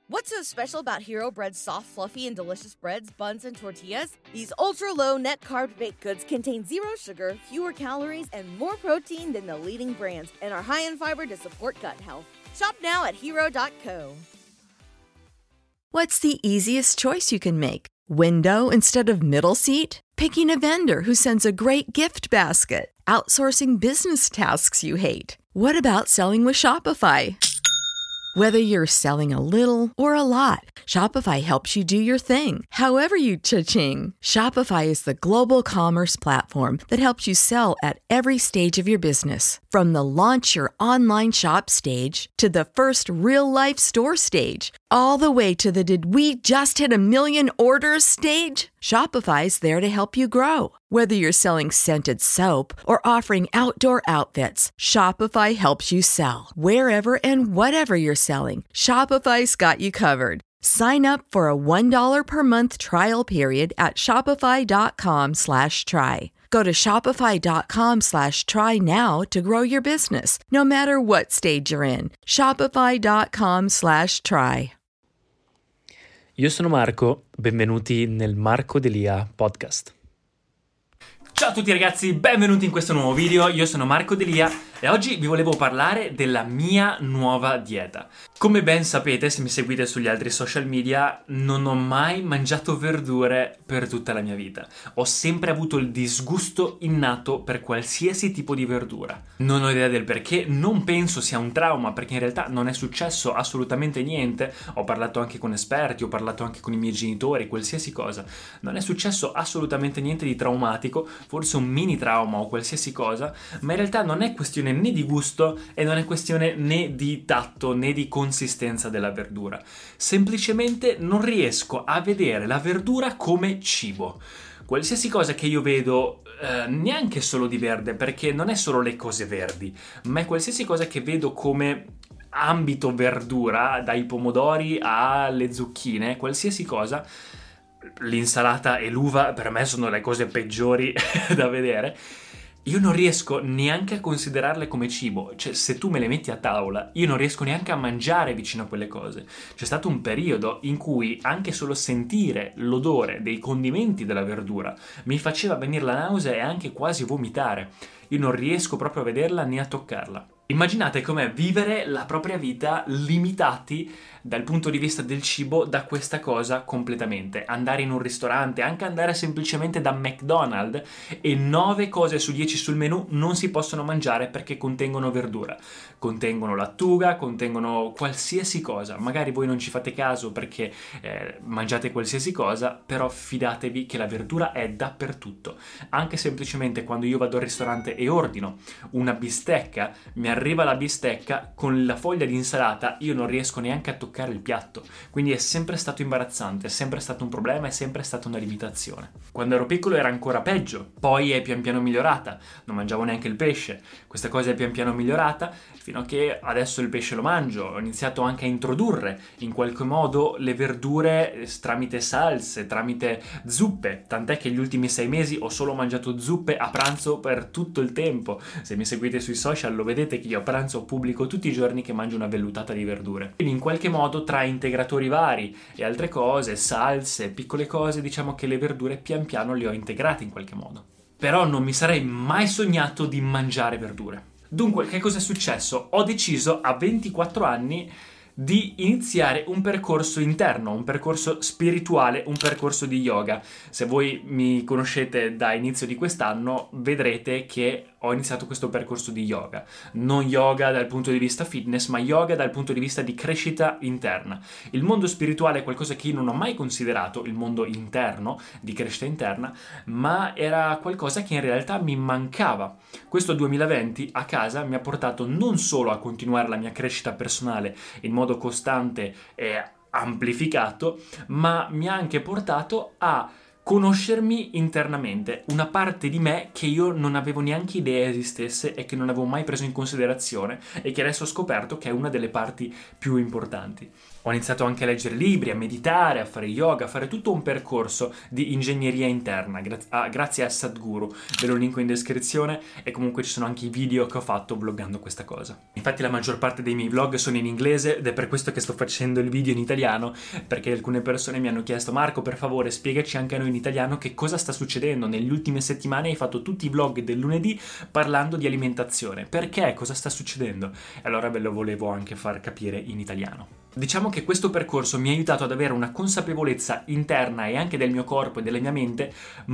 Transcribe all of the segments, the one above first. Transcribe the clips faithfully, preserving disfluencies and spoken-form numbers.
What's so special about Hero Bread's soft, fluffy, and delicious breads, buns, and tortillas? These ultra-low net-carb baked goods contain zero sugar, fewer calories, and more protein than the leading brands, and are high in fiber to support gut health. Shop now at hero dot co. What's the easiest choice you can make? Window instead of middle seat? Picking a vendor who sends a great gift basket? Outsourcing business tasks you hate? What about selling with Shopify? Whether you're selling a little or a lot, Shopify helps you do your thing, however you cha-ching. Shopify is the global commerce platform that helps you sell at every stage of your business. From the launch your online shop stage to the first real-life store stage, all the way to the did we just hit a million orders stage. Shopify's there to help you grow. Whether you're selling scented soap or offering outdoor outfits, Shopify helps you sell. Wherever and whatever you're selling, Shopify's got you covered. Sign up for a one dollar per month trial period at shopify.com slash try. Go to shopify.com slash try now to grow your business, no matter what stage you're in. Shopify.com slash try. Io sono Marco, benvenuti nel Marco Delia Podcast. Ciao a tutti ragazzi, benvenuti in questo nuovo video. Io sono Marco Delia e oggi vi volevo parlare della mia nuova dieta. Come ben sapete, se mi seguite sugli altri social media, non ho mai mangiato verdure per tutta la mia vita. Ho sempre avuto il disgusto innato per qualsiasi tipo di verdura. Non ho idea del perché, non penso sia un trauma, perché in realtà non è successo assolutamente niente. Ho parlato anche con esperti, ho parlato anche con i miei genitori, qualsiasi cosa. Non è successo assolutamente niente di traumatico, forse un mini trauma o qualsiasi cosa, ma in realtà non è questione né di gusto e non è questione né di tatto né di consistenza della verdura. Semplicemente non riesco a vedere la verdura come cibo. Qualsiasi cosa che io vedo, eh, neanche solo di verde, perché non è solo le cose verdi, ma è qualsiasi cosa che vedo come ambito verdura, dai pomodori alle zucchine, qualsiasi cosa. L'insalata e l'uva per me sono le cose peggiori da vedere. Io non riesco neanche a considerarle come cibo, cioè se tu me le metti a tavola io non riesco neanche a mangiare vicino a quelle cose. C'è stato un periodo in cui anche solo sentire l'odore dei condimenti della verdura mi faceva venire la nausea e anche quasi vomitare. Io non riesco proprio a vederla né a toccarla. Immaginate com'è vivere la propria vita limitati dal punto di vista del cibo da questa cosa completamente. Andare in un ristorante, anche andare semplicemente da McDonald's e nove cose su dieci sul menù non si possono mangiare perché contengono verdura. Contengono lattuga, contengono qualsiasi cosa. Magari voi non ci fate caso perché eh, mangiate qualsiasi cosa, però fidatevi che la verdura è dappertutto. Anche semplicemente quando io vado al ristorante e ordino una bistecca, mi arriva la bistecca con la foglia di insalata, io non riesco neanche a toccare il piatto, quindi è sempre stato imbarazzante, è sempre stato un problema, è sempre stata una limitazione. Quando ero piccolo era ancora peggio, poi è pian piano migliorata, non mangiavo neanche il pesce, questa cosa è pian piano migliorata fino a che adesso il pesce lo mangio, ho iniziato anche a introdurre in qualche modo le verdure tramite salse, tramite zuppe, tant'è che gli ultimi sei mesi ho solo mangiato zuppe a pranzo per tutto il tempo. Se mi seguite sui social lo vedete che io a pranzo pubblico tutti i giorni che mangio una vellutata di verdure. Quindi in qualche modo tra integratori vari e altre cose, salse, piccole cose, diciamo che le verdure pian piano le ho integrate in qualche modo. Però non mi sarei mai sognato di mangiare verdure. Dunque, che cosa è successo? Ho deciso a ventiquattro anni di iniziare un percorso interno, un percorso spirituale, un percorso di yoga. Se voi mi conoscete da inizio di quest'anno, vedrete che ho iniziato questo percorso di yoga. Non yoga dal punto di vista fitness, ma yoga dal punto di vista di crescita interna. Il mondo spirituale è qualcosa che io non ho mai considerato, il mondo interno, di crescita interna, ma era qualcosa che in realtà mi mancava. Questo duemilaventi a casa mi ha portato non solo a continuare la mia crescita personale in modo costante e amplificato, ma mi ha anche portato a conoscermi internamente, una parte di me che io non avevo neanche idea esistesse e che non avevo mai preso in considerazione e che adesso ho scoperto che è una delle parti più importanti. Ho iniziato anche a leggere libri, a meditare, a fare yoga, a fare tutto un percorso di ingegneria interna, gra- a, grazie a Sadhguru. Ve lo linko in descrizione e comunque ci sono anche i video che ho fatto vloggando questa cosa. Infatti la maggior parte dei miei vlog sono in inglese ed è per questo che sto facendo il video in italiano, perché alcune persone mi hanno chiesto: Marco, per favore spiegaci anche a noi in italiano che cosa sta succedendo. Nelle ultime settimane hai fatto tutti i vlog del lunedì parlando di alimentazione. Perché? Cosa sta succedendo? E allora ve lo volevo anche far capire in italiano. Diciamo che questo percorso mi ha aiutato ad avere una consapevolezza interna e anche del mio corpo e della mia mente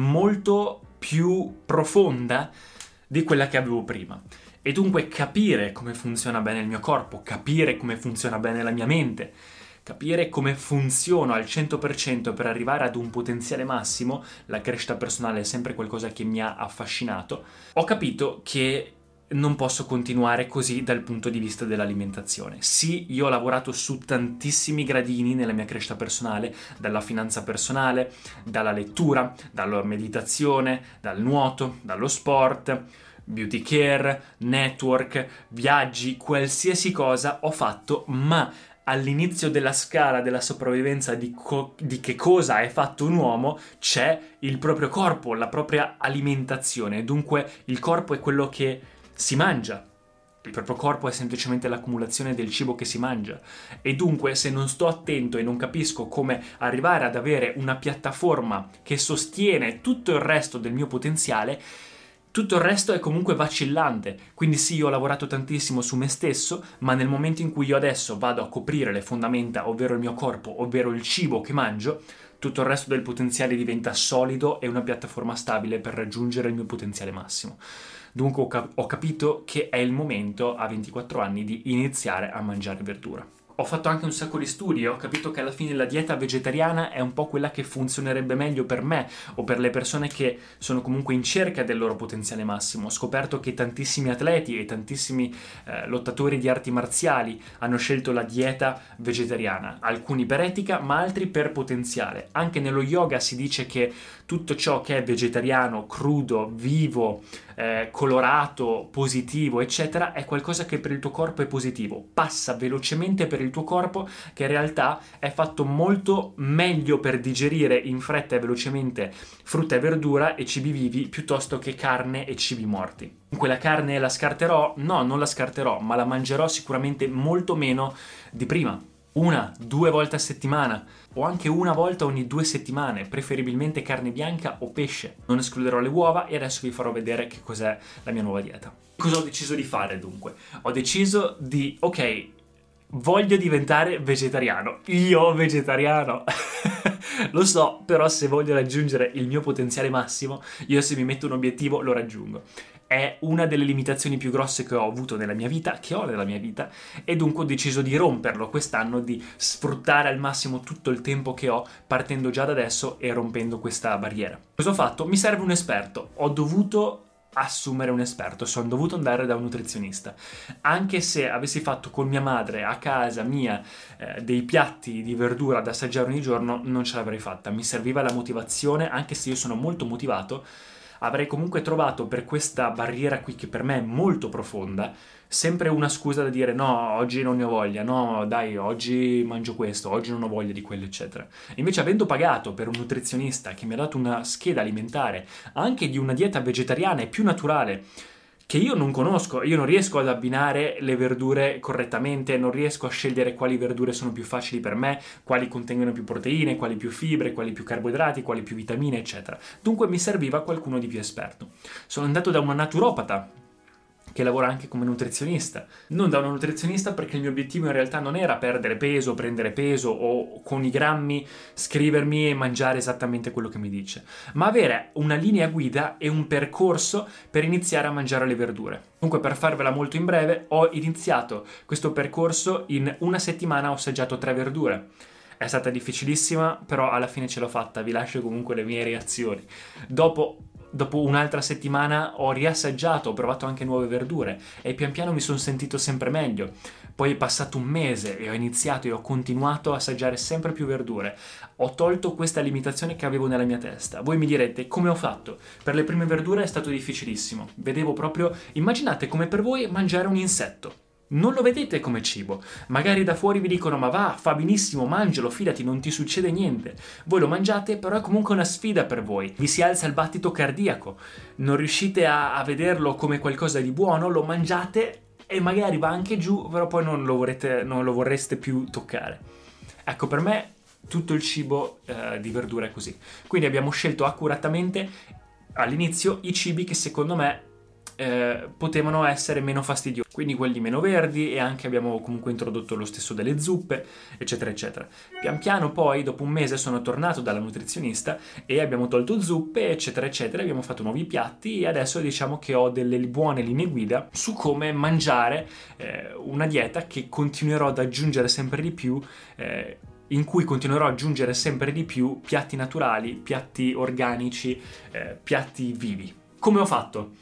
molto più profonda di quella che avevo prima. E dunque capire come funziona bene il mio corpo, capire come funziona bene la mia mente, capire come funziono al cento per cento per arrivare ad un potenziale massimo, la crescita personale è sempre qualcosa che mi ha affascinato. Ho capito che non posso continuare così dal punto di vista dell'alimentazione. Sì, io ho lavorato su tantissimi gradini nella mia crescita personale, dalla finanza personale, dalla lettura, dalla meditazione, dal nuoto, dallo sport, beauty care, network, viaggi, qualsiasi cosa ho fatto, ma all'inizio della scala della sopravvivenza di, co- di che cosa è fatto un uomo c'è il proprio corpo, la propria alimentazione. Dunque il corpo è quello che si mangia. Il proprio corpo è semplicemente l'accumulazione del cibo che si mangia e dunque se non sto attento e non capisco come arrivare ad avere una piattaforma che sostiene tutto il resto del mio potenziale, tutto il resto è comunque vacillante. Quindi sì, io ho lavorato tantissimo su me stesso, ma nel momento in cui io adesso vado a coprire le fondamenta, ovvero il mio corpo, ovvero il cibo che mangio, tutto il resto del potenziale diventa solido e una piattaforma stabile per raggiungere il mio potenziale massimo. Dunque ho, cap- ho capito che è il momento a ventiquattro anni di iniziare a mangiare verdura. Ho fatto anche un sacco di studi e ho capito che alla fine la dieta vegetariana è un po' quella che funzionerebbe meglio per me o per le persone che sono comunque in cerca del loro potenziale massimo. Ho scoperto che tantissimi atleti e tantissimi eh, lottatori di arti marziali hanno scelto la dieta vegetariana, alcuni per etica ma altri per potenziale. Anche nello yoga si dice che tutto ciò che è vegetariano, crudo, vivo, eh, colorato, positivo, eccetera, è qualcosa che per il tuo corpo è positivo, passa velocemente per il tuo corpo, che in realtà è fatto molto meglio per digerire in fretta e velocemente frutta e verdura e cibi vivi piuttosto che carne e cibi morti. Quella carne la scarterò? No, non la scarterò, ma la mangerò sicuramente molto meno di prima. Una, due volte a settimana o anche una volta ogni due settimane, preferibilmente carne bianca o pesce. Non escluderò le uova e adesso vi farò vedere che cos'è la mia nuova dieta. Cosa ho deciso di fare dunque? Ho deciso di, ok, voglio diventare vegetariano. Io vegetariano. Lo so, però se voglio raggiungere il mio potenziale massimo, io se mi metto un obiettivo lo raggiungo. È una delle limitazioni più grosse che ho avuto nella mia vita, che ho nella mia vita, e dunque ho deciso di romperlo quest'anno, di sfruttare al massimo tutto il tempo che ho, partendo già da adesso e rompendo questa barriera. Cosa ho fatto? Mi serve un esperto. Ho dovuto assumere un esperto, sono dovuto andare da un nutrizionista. Anche se avessi fatto con mia madre a casa mia eh, dei piatti di verdura da assaggiare ogni giorno, non ce l'avrei fatta. Mi serviva la motivazione, anche se io sono molto motivato. Avrei comunque trovato per questa barriera qui, che per me è molto profonda, sempre una scusa da dire no, oggi non ne ho voglia, no, dai, oggi mangio questo, oggi non ho voglia di quello, eccetera. Invece, avendo pagato per un nutrizionista che mi ha dato una scheda alimentare, anche di una dieta vegetariana e più naturale, che io non conosco, io non riesco ad abbinare le verdure correttamente, non riesco a scegliere quali verdure sono più facili per me, quali contengono più proteine, quali più fibre, quali più carboidrati, quali più vitamine, eccetera. Dunque mi serviva qualcuno di più esperto. Sono andato da una naturopata che lavora anche come nutrizionista. Non da una nutrizionista perché il mio obiettivo in realtà non era perdere peso, prendere peso o con i grammi scrivermi e mangiare esattamente quello che mi dice, ma avere una linea guida e un percorso per iniziare a mangiare le verdure. Dunque, per farvela molto in breve, ho iniziato questo percorso in una settimana, ho assaggiato tre verdure. È stata difficilissima, però alla fine ce l'ho fatta, vi lascio comunque le mie reazioni. Dopo Dopo un'altra settimana ho riassaggiato, ho provato anche nuove verdure e pian piano mi sono sentito sempre meglio. Poi è passato un mese e ho iniziato e ho continuato a assaggiare sempre più verdure. Ho tolto questa limitazione che avevo nella mia testa. Voi mi direte, come ho fatto? Per le prime verdure è stato difficilissimo. Vedevo proprio, immaginate come per voi mangiare un insetto. Non lo vedete come cibo. Magari da fuori vi dicono ma va, fa benissimo, mangialo, fidati, non ti succede niente. Voi lo mangiate, però è comunque una sfida per voi. Vi si alza il battito cardiaco. Non riuscite a, a vederlo come qualcosa di buono, lo mangiate e magari va anche giù, però poi non lo, vorrete, non lo vorreste più toccare. Ecco, per me tutto il cibo eh, di verdura è così. Quindi abbiamo scelto accuratamente all'inizio i cibi che secondo me Eh, potevano essere meno fastidiosi, quindi quelli meno verdi, e anche abbiamo comunque introdotto lo stesso delle zuppe, eccetera eccetera. Pian piano poi, dopo un mese, sono tornato dalla nutrizionista e abbiamo tolto zuppe, eccetera eccetera, abbiamo fatto nuovi piatti e adesso diciamo che ho delle buone linee guida su come mangiare eh, una dieta che continuerò ad aggiungere sempre di più, eh, in cui continuerò ad aggiungere sempre di più piatti naturali, piatti organici, eh, piatti vivi. Come ho fatto?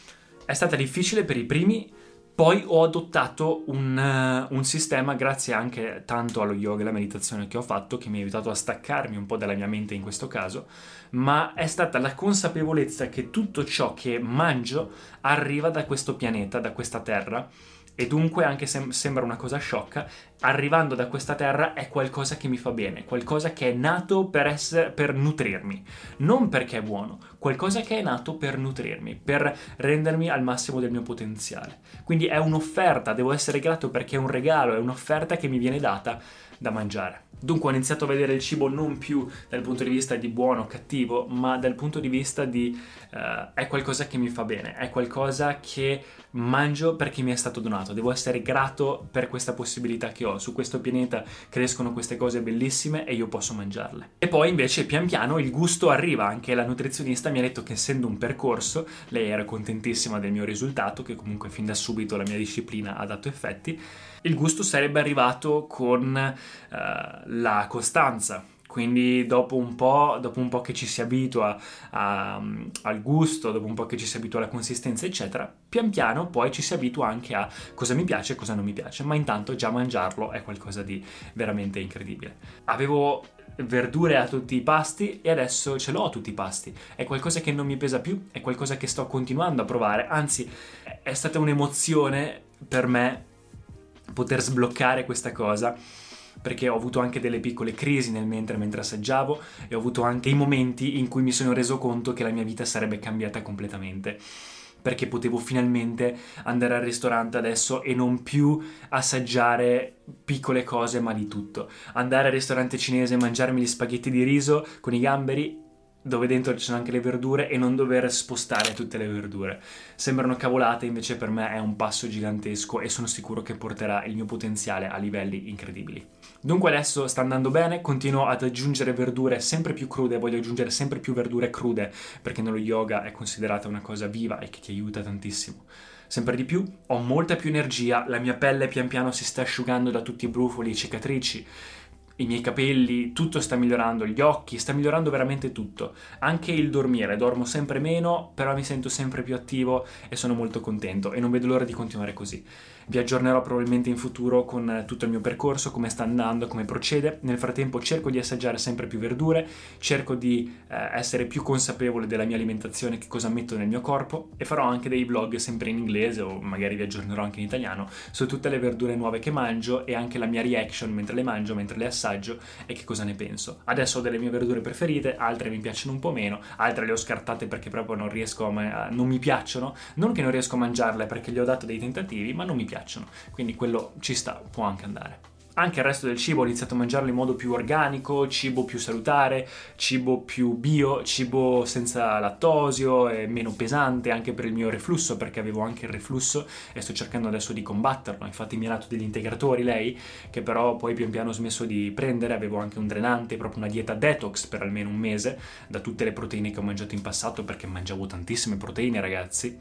È stata difficile per i primi, poi ho adottato un, uh, un sistema, grazie anche tanto allo yoga e alla meditazione che ho fatto, che mi ha aiutato a staccarmi un po' dalla mia mente in questo caso, ma è stata la consapevolezza che tutto ciò che mangio arriva da questo pianeta, da questa terra, e dunque, anche se sembra una cosa sciocca, arrivando da questa terra è qualcosa che mi fa bene, qualcosa che è nato per essere, per nutrirmi, non perché è buono, qualcosa che è nato per nutrirmi, per rendermi al massimo del mio potenziale. Quindi è un'offerta, devo essere grato perché è un regalo, è un'offerta che mi viene data da mangiare. Dunque ho iniziato a vedere il cibo non più dal punto di vista di buono o cattivo, ma dal punto di vista di uh, è qualcosa che mi fa bene, è qualcosa che mangio perché mi è stato donato, devo essere grato per questa possibilità che ho. Su questo pianeta crescono queste cose bellissime e io posso mangiarle. E poi invece pian piano il gusto arriva, anche la nutrizionista mi ha detto che essendo un percorso, lei era contentissima del mio risultato, che comunque fin da subito la mia disciplina ha dato effetti, il gusto sarebbe arrivato con uh, la costanza. Quindi dopo un po', dopo un po' che ci si abitua a, al gusto, dopo un po' che ci si abitua alla consistenza, eccetera, pian piano poi ci si abitua anche a cosa mi piace e cosa non mi piace, ma intanto già mangiarlo è qualcosa di veramente incredibile. Avevo verdure a tutti i pasti e adesso ce l'ho a tutti i pasti. È qualcosa che non mi pesa più, è qualcosa che sto continuando a provare, anzi è stata un'emozione per me poter sbloccare questa cosa, perché ho avuto anche delle piccole crisi nel mentre, mentre assaggiavo, e ho avuto anche i momenti in cui mi sono reso conto che la mia vita sarebbe cambiata completamente, perché potevo finalmente andare al ristorante adesso e non più assaggiare piccole cose, ma di tutto. Andare al ristorante cinese e mangiarmi gli spaghetti di riso con i gamberi, dove dentro ci sono anche le verdure, e non dover spostare tutte le verdure. Sembrano cavolate, invece per me è un passo gigantesco e sono sicuro che porterà il mio potenziale a livelli incredibili. Dunque adesso sta andando bene, continuo ad aggiungere verdure sempre più crude, voglio aggiungere sempre più verdure crude, perché nello yoga è considerata una cosa viva e che ti aiuta tantissimo. Sempre di più, ho molta più energia, la mia pelle pian piano si sta asciugando da tutti i brufoli e cicatrici, i miei capelli, tutto sta migliorando, gli occhi, sta migliorando veramente tutto. Anche il dormire, dormo sempre meno, però mi sento sempre più attivo e sono molto contento e non vedo l'ora di continuare così. Vi aggiornerò probabilmente in futuro con tutto il mio percorso, come sta andando, come procede. Nel frattempo cerco di assaggiare sempre più verdure, cerco di eh, essere più consapevole della mia alimentazione, che cosa metto nel mio corpo, e farò anche dei vlog sempre in inglese, o magari vi aggiornerò anche in italiano, su tutte le verdure nuove che mangio e anche la mia reaction mentre le mangio, mentre le assaggio e che cosa ne penso. Adesso ho delle mie verdure preferite, altre mi piacciono un po' meno, altre le ho scartate perché proprio non riesco a ma- non mi piacciono, non che non riesco a mangiarle perché gli ho dato dei tentativi, ma non mi piacciono, quindi quello ci sta, può anche andare. Anche il resto del cibo ho iniziato a mangiarlo in modo più organico, cibo più salutare, cibo più bio, cibo senza lattosio e meno pesante, anche per il mio reflusso, perché avevo anche il reflusso e sto cercando adesso di combatterlo. Infatti mi ha dato degli integratori lei, che però poi pian piano ho smesso di prendere. Avevo anche un drenante, proprio una dieta detox per almeno un mese da tutte le proteine che ho mangiato in passato, perché mangiavo tantissime proteine, ragazzi,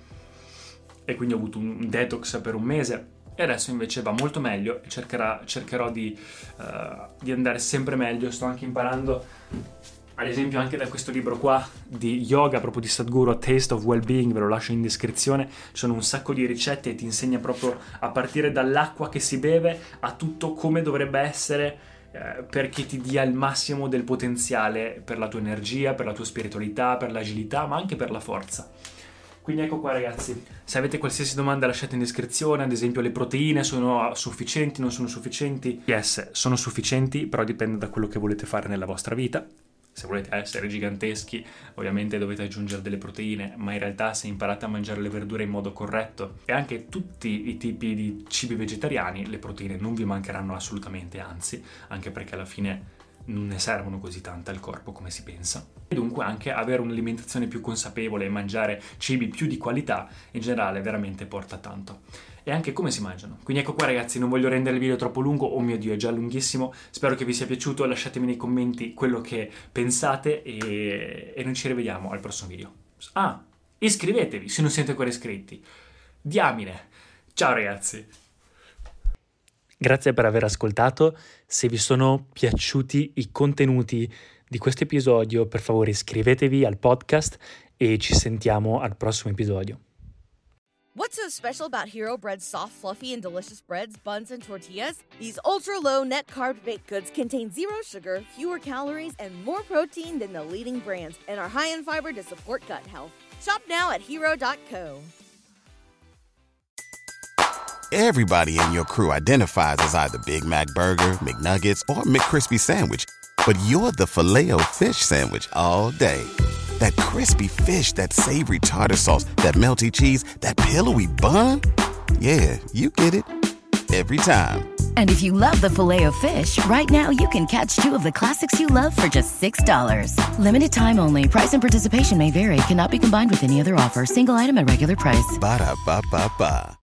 e quindi ho avuto un detox per un mese. E adesso invece va molto meglio e cercherà, cercherò di, uh, di andare sempre meglio. Sto anche imparando, ad esempio, anche da questo libro qua di yoga, proprio di Sadhguru, A Taste of Well-Being, ve lo lascio in descrizione. Ci sono un sacco di ricette e ti insegna proprio a partire dall'acqua che si beve a tutto come dovrebbe essere, eh, perché ti dia il massimo del potenziale per la tua energia, per la tua spiritualità, per l'agilità, ma anche per la forza. Quindi ecco qua ragazzi, se avete qualsiasi domanda lasciate in descrizione, ad esempio le proteine sono sufficienti, non sono sufficienti? Yes, sono sufficienti, però dipende da quello che volete fare nella vostra vita. Se volete essere giganteschi, ovviamente dovete aggiungere delle proteine, ma in realtà se imparate a mangiare le verdure in modo corretto e anche tutti i tipi di cibi vegetariani, le proteine non vi mancheranno assolutamente, anzi, anche perché alla fine non ne servono così tante al corpo come si pensa. E dunque anche avere un'alimentazione più consapevole e mangiare cibi più di qualità in generale veramente porta tanto. E anche come si mangiano. Quindi ecco qua ragazzi, non voglio rendere il video troppo lungo, oh mio Dio è già lunghissimo, spero che vi sia piaciuto, lasciatemi nei commenti quello che pensate e, e noi ci rivediamo al prossimo video. Ah, iscrivetevi se non siete ancora iscritti. Diamine, ciao ragazzi! Grazie per aver ascoltato, se vi sono piaciuti i contenuti di questo episodio per favore iscrivetevi al podcast e ci sentiamo al prossimo episodio. What's so special about Hero Bread's soft, fluffy, and delicious breads, buns, and tortillas? These ultra-low net-carb baked goods contain zero sugar, fewer calories, and more protein than the leading brands, and are high in fiber to support gut health. Shop now at hero dot co. Everybody in your crew identifies as either Big Mac Burger, McNuggets, or McCrispy Sandwich. But you're the Filet-O-Fish Sandwich all day. That crispy fish, that savory tartar sauce, that melty cheese, that pillowy bun. Yeah, you get it. Every time. And if you love the Filet-O-Fish, right now you can catch two of the classics you love for just six dollars. Limited time only. Price and participation may vary. Cannot be combined with any other offer. Single item at regular price. Ba-da-ba-ba-ba.